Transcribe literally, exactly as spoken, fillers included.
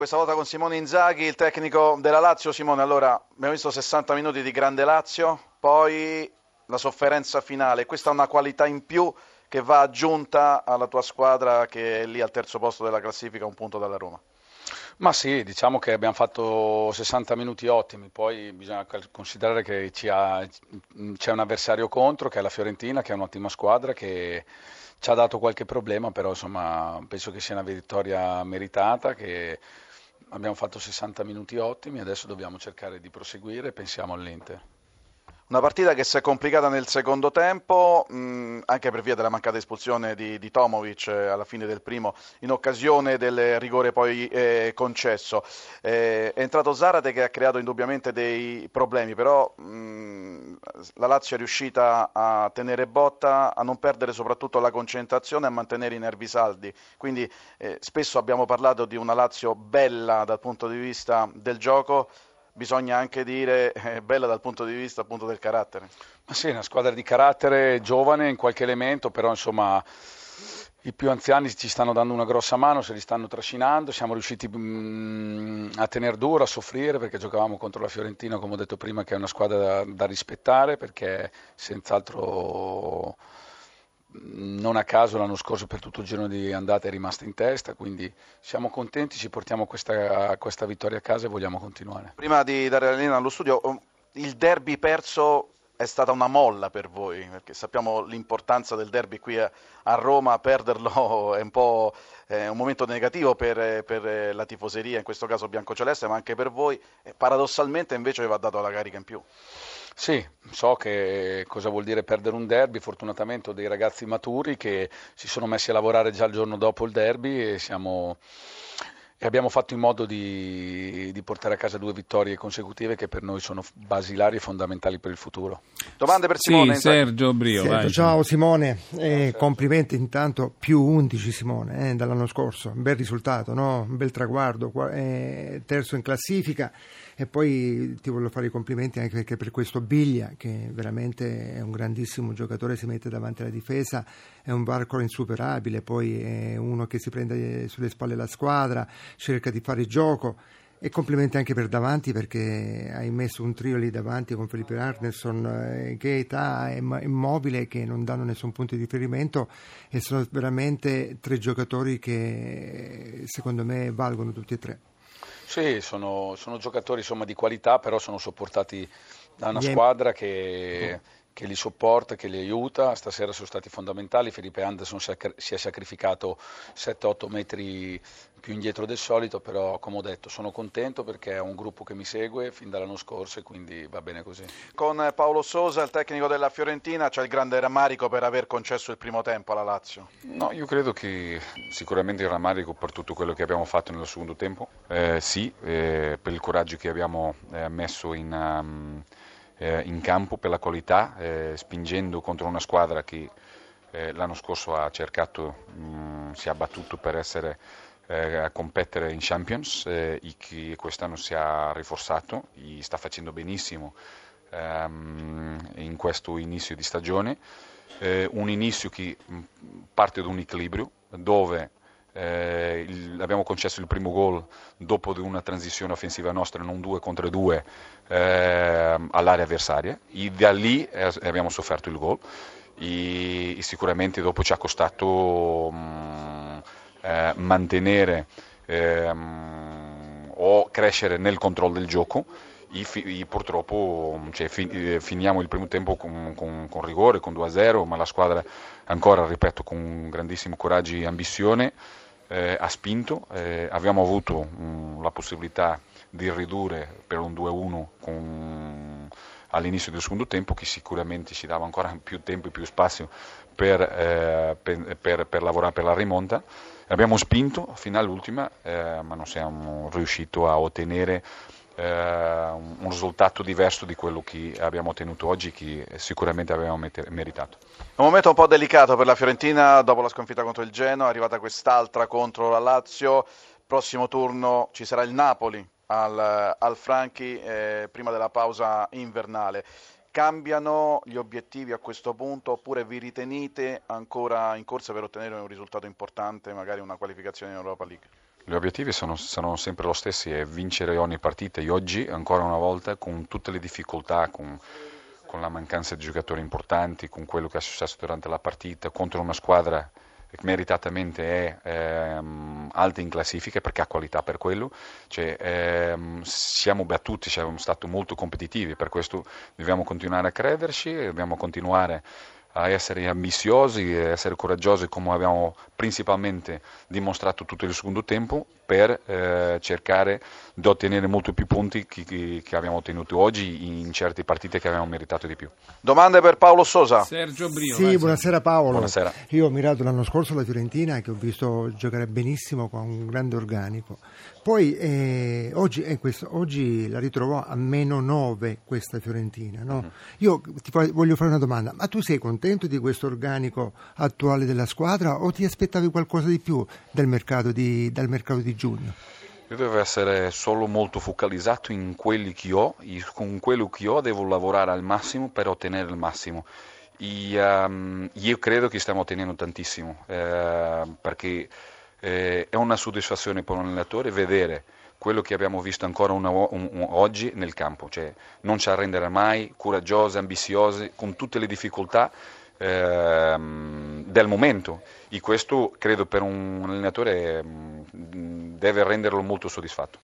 Questa volta con Simone Inzaghi, il tecnico della Lazio. Simone, allora, abbiamo visto sessanta minuti di grande Lazio, poi la sofferenza finale. Questa è una qualità in più che va aggiunta alla tua squadra che è lì al terzo posto della classifica, un punto dalla Roma. Ma sì, diciamo che abbiamo fatto sessanta minuti ottimi, poi bisogna cal- considerare che ci ha- c'è un avversario contro, che è la Fiorentina, che è un'ottima squadra, che ci ha dato qualche problema, però insomma penso che sia una vittoria meritata, che abbiamo fatto sessanta minuti ottimi, adesso dobbiamo cercare di proseguire e pensiamo all'Inter. Una partita che si è complicata nel secondo tempo, mh, anche per via della mancata espulsione di, di Tomovic eh, alla fine del primo, in occasione del rigore poi eh, concesso. Eh, è entrato Zarate che ha creato indubbiamente dei problemi, però mh, la Lazio è riuscita a tenere botta, a non perdere soprattutto la concentrazione, a mantenere i nervi saldi. Quindi eh, spesso abbiamo parlato di una Lazio bella dal punto di vista del gioco. Bisogna anche dire eh, bella dal punto di vista appunto del carattere. Ma sì, è una squadra di carattere giovane in qualche elemento, però insomma i più anziani ci stanno dando una grossa mano, se li stanno trascinando, siamo riusciti mm, a tener duro, a soffrire perché giocavamo contro la Fiorentina, come ho detto prima, che è una squadra da, da rispettare perché senz'altro mm, non a caso l'anno scorso per tutto il girone di andata è rimasta in testa, quindi siamo contenti, ci portiamo questa, questa vittoria a casa e vogliamo continuare. Prima di dare la linea allo studio, oh, il derby perso è stata una molla per voi, perché sappiamo l'importanza del derby qui a, a Roma, perderlo è un po' eh, un momento negativo per, per la tifoseria, in questo caso biancoceleste, ma anche per voi, e paradossalmente invece vi va dato la carica in più. Sì, so che cosa vuol dire perdere un derby, fortunatamente ho dei ragazzi maturi che si sono messi a lavorare già il giorno dopo il derby e, siamo, e abbiamo fatto in modo di, di portare a casa due vittorie consecutive che per noi sono basilari e fondamentali per il futuro. Domande per Sì, Simone Inzaghi. Sergio Brio, Sergio, vai. ciao Simone, eh, complimenti intanto, più undici Simone eh, dall'anno scorso, un bel risultato, no? Un bel traguardo, qua- eh, terzo in classifica, e poi ti voglio fare i complimenti anche perché per questo Biglia, che veramente è un grandissimo giocatore, si mette davanti alla difesa, è un varco insuperabile, poi è uno che si prende sulle spalle la squadra, cerca di fare gioco. E complimenti anche per davanti perché hai messo un trio lì davanti con Felipe Arneson, eh, Keita e Immobile che non danno nessun punto di riferimento e sono veramente tre giocatori che secondo me valgono tutti e tre. Sì, sono, sono giocatori insomma, di qualità, però sono sopportati da una Gli- squadra che, che li sopporta, che li aiuta. Stasera sono stati fondamentali. Felipe Anderson si è, si è sacrificato sette otto metri più indietro del solito, però come ho detto sono contento perché è un gruppo che mi segue fin dall'anno scorso e quindi va bene così. Con Paolo Sosa, il tecnico della Fiorentina, c'è il grande rammarico per aver concesso il primo tempo alla Lazio. No, io credo che sicuramente il rammarico per tutto quello che abbiamo fatto nel secondo tempo, eh, sì, eh, per il coraggio che abbiamo eh, messo in, um, eh, in campo, per la qualità, eh, spingendo contro una squadra che eh, l'anno scorso ha cercato, mh, si è battuto per essere eh, a competere in Champions eh, e che quest'anno si è rinforzato e sta facendo benissimo ehm, in questo inizio di stagione. Eh, un inizio che mh, parte da un equilibrio dove eh, il, abbiamo concesso il primo gol dopo di una transizione offensiva nostra in un due contro due eh, all'area avversaria e da lì eh, abbiamo sofferto il gol e, e sicuramente dopo ci ha costato mh, eh, mantenere ehm, o crescere nel controllo del gioco. E, fi- e purtroppo cioè, fi- eh, finiamo il primo tempo con, con, con rigore, con due a zero, ma la squadra ancora, ripeto, con grandissimo coraggio e ambizione eh, ha spinto, eh, abbiamo avuto mh, la possibilità di ridurre per un due a uno con, all'inizio del secondo tempo, che sicuramente ci dava ancora più tempo e più spazio per, eh, per, per, per lavorare per la rimonta. Abbiamo spinto fino all'ultima, eh, ma non siamo riusciti a ottenere eh, un risultato diverso di quello che abbiamo ottenuto oggi, che sicuramente avevamo meritato. Un momento un po' delicato per la Fiorentina dopo la sconfitta contro il Genoa, è arrivata quest'altra contro la Lazio. Prossimo turno ci sarà il Napoli al, al Franchi eh, prima della pausa invernale. Cambiano gli obiettivi a questo punto oppure vi ritenete ancora in corsa per ottenere un risultato importante, magari una qualificazione in Europa League? Gli obiettivi sono, sono sempre lo stessi, è vincere ogni partita e oggi, ancora una volta, con tutte le difficoltà, con, con la mancanza di giocatori importanti, con quello che è successo durante la partita, contro una squadra che meritatamente è ehm, alta in classifica perché ha qualità per quello, cioè, ehm, siamo battuti, siamo stati molto competitivi, per questo dobbiamo continuare a crederci, dobbiamo continuare a essere ambiziosi e essere coraggiosi come abbiamo principalmente dimostrato tutto il secondo tempo per eh, cercare di ottenere molto più punti che, che, che abbiamo ottenuto oggi in certe partite che abbiamo meritato di più. Domande per Paolo Sosa. Sergio Brio. Sì, vai, buonasera Paolo. Buonasera. Io ho mirato l'anno scorso la Fiorentina, che ho visto giocare benissimo con un grande organico. Poi eh, oggi, eh, questo, oggi la ritrovò a meno nove questa Fiorentina, no? Mm. Io ti voglio fare una domanda, ma tu sei contento di questo organico attuale della squadra o ti aspettavi qualcosa di più del mercato di, dal mercato di giugno? Io devo essere solo molto focalizzato in quelli che ho, con quello che ho devo lavorare al massimo per ottenere il massimo. E, um, io credo che stiamo ottenendo tantissimo, eh, perché eh, è una soddisfazione per un allenatore vedere quello che abbiamo visto ancora una, un, un, oggi nel campo, cioè non ci arrendere mai, coraggiosi, ambiziosi, con tutte le difficoltà ehm, del momento, e questo credo per un allenatore mh, deve renderlo molto soddisfatto.